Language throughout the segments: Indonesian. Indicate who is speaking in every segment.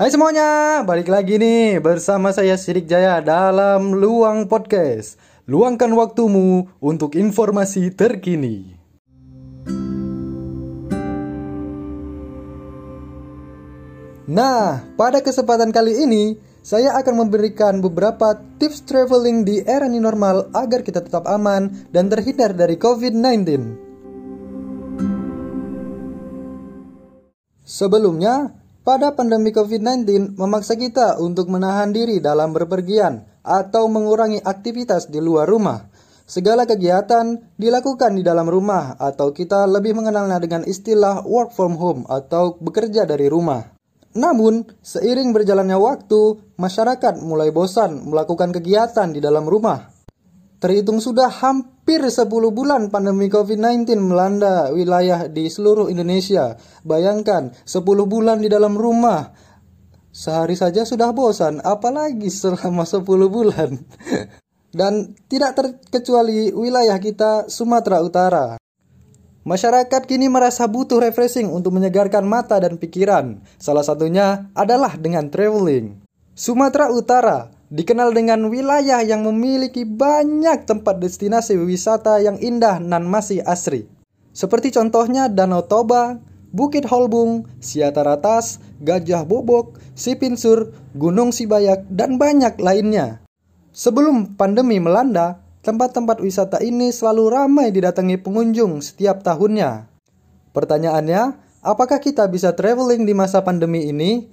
Speaker 1: Hai semuanya, balik lagi nih bersama saya Sidik Jaya dalam Luang Podcast. Luangkan waktumu untuk informasi terkini. Nah, pada kesempatan kali ini saya akan memberikan beberapa tips traveling di era new normal agar kita tetap aman dan terhindar dari COVID-19. Sebelumnya, pada pandemi COVID-19 memaksa kita untuk menahan diri dalam berpergian atau mengurangi aktivitas di luar rumah. Segala kegiatan dilakukan di dalam rumah atau kita lebih mengenalnya dengan istilah work from home atau bekerja dari rumah. Namun, seiring berjalannya waktu, masyarakat mulai bosan melakukan kegiatan di dalam rumah. Terhitung sudah hampir 10 bulan pandemi COVID-19 melanda wilayah di seluruh Indonesia. Bayangkan, 10 bulan di dalam rumah. Sehari saja sudah bosan, apalagi selama 10 bulan. Dan tidak terkecuali wilayah kita, Sumatera Utara. Masyarakat kini merasa butuh refreshing untuk menyegarkan mata dan pikiran. Salah satunya adalah dengan traveling. Sumatera Utara dikenal dengan wilayah yang memiliki banyak tempat destinasi wisata yang indah dan masih asri. Seperti contohnya Danau Toba, Bukit Holbung, Siatara Tas, Gajah Bobok, Sipinsur, Gunung Sibayak, dan banyak lainnya. Sebelum pandemi melanda, tempat-tempat wisata ini selalu ramai didatangi pengunjung setiap tahunnya. Pertanyaannya, apakah kita bisa traveling di masa pandemi ini?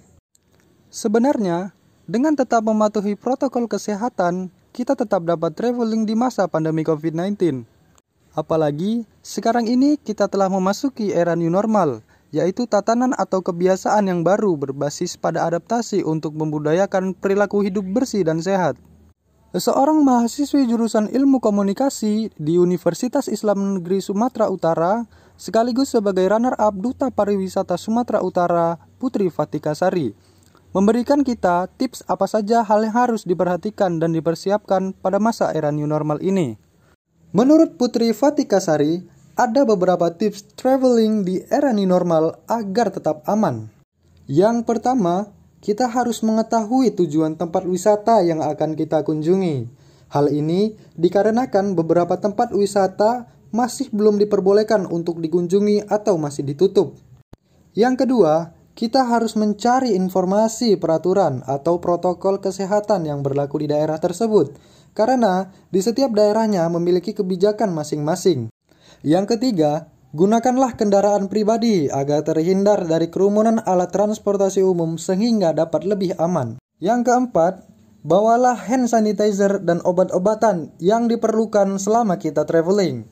Speaker 1: Sebenarnya, dengan tetap mematuhi protokol kesehatan, kita tetap dapat traveling di masa pandemi COVID-19. Apalagi, sekarang ini kita telah memasuki era new normal, yaitu tatanan atau kebiasaan yang baru berbasis pada adaptasi untuk membudayakan perilaku hidup bersih dan sehat. Seorang mahasiswi jurusan Ilmu Komunikasi di Universitas Islam Negeri Sumatera Utara, sekaligus sebagai runner-up Duta Pariwisata Sumatera Utara, Putri Fatikasari, memberikan kita tips apa saja hal yang harus diperhatikan dan dipersiapkan pada masa era new normal ini. Menurut Putri Fatikasari, ada beberapa tips traveling di era new normal agar tetap aman. Yang pertama, kita harus mengetahui tujuan tempat wisata yang akan kita kunjungi. Hal ini dikarenakan beberapa tempat wisata masih belum diperbolehkan untuk dikunjungi atau masih ditutup. Yang kedua, kita harus mencari informasi peraturan atau protokol kesehatan yang berlaku di daerah tersebut, karena di setiap daerahnya memiliki kebijakan masing-masing. Yang ketiga, gunakanlah kendaraan pribadi agar terhindar dari kerumunan alat transportasi umum sehingga dapat lebih aman. Yang keempat, bawalah hand sanitizer dan obat-obatan yang diperlukan selama kita traveling.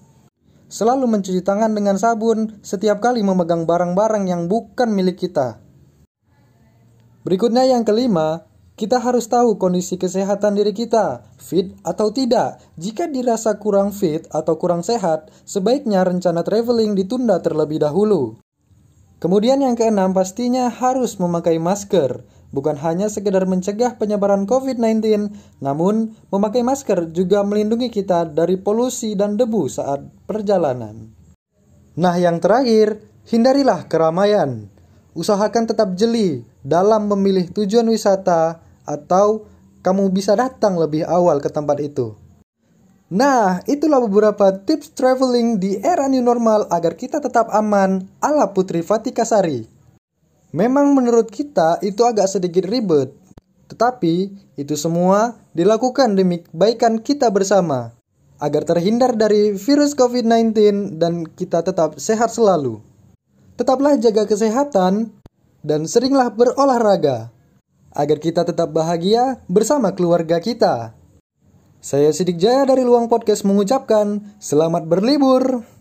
Speaker 1: Selalu mencuci tangan dengan sabun setiap kali memegang barang-barang yang bukan milik kita. Berikutnya yang kelima, kita harus tahu kondisi kesehatan diri kita, fit atau tidak. Jika dirasa kurang fit atau kurang sehat, sebaiknya rencana traveling ditunda terlebih dahulu. Kemudian yang keenam, pastinya harus memakai masker. Bukan hanya sekedar mencegah penyebaran COVID-19, namun memakai masker juga melindungi kita dari polusi dan debu saat perjalanan. Nah, yang terakhir, hindarilah keramaian. Usahakan tetap jeli dalam memilih tujuan wisata atau kamu bisa datang lebih awal ke tempat itu. Nah, itulah beberapa tips traveling di era new normal agar kita tetap aman ala Putri Fatikasari. Memang menurut kita itu agak sedikit ribet, tetapi itu semua dilakukan demi kebaikan kita bersama, agar terhindar dari virus COVID-19 dan kita tetap sehat selalu. Tetaplah jaga kesehatan dan seringlah berolahraga, agar kita tetap bahagia bersama keluarga kita. Saya Sidik Jaya dari Luang Podcast mengucapkan selamat berlibur.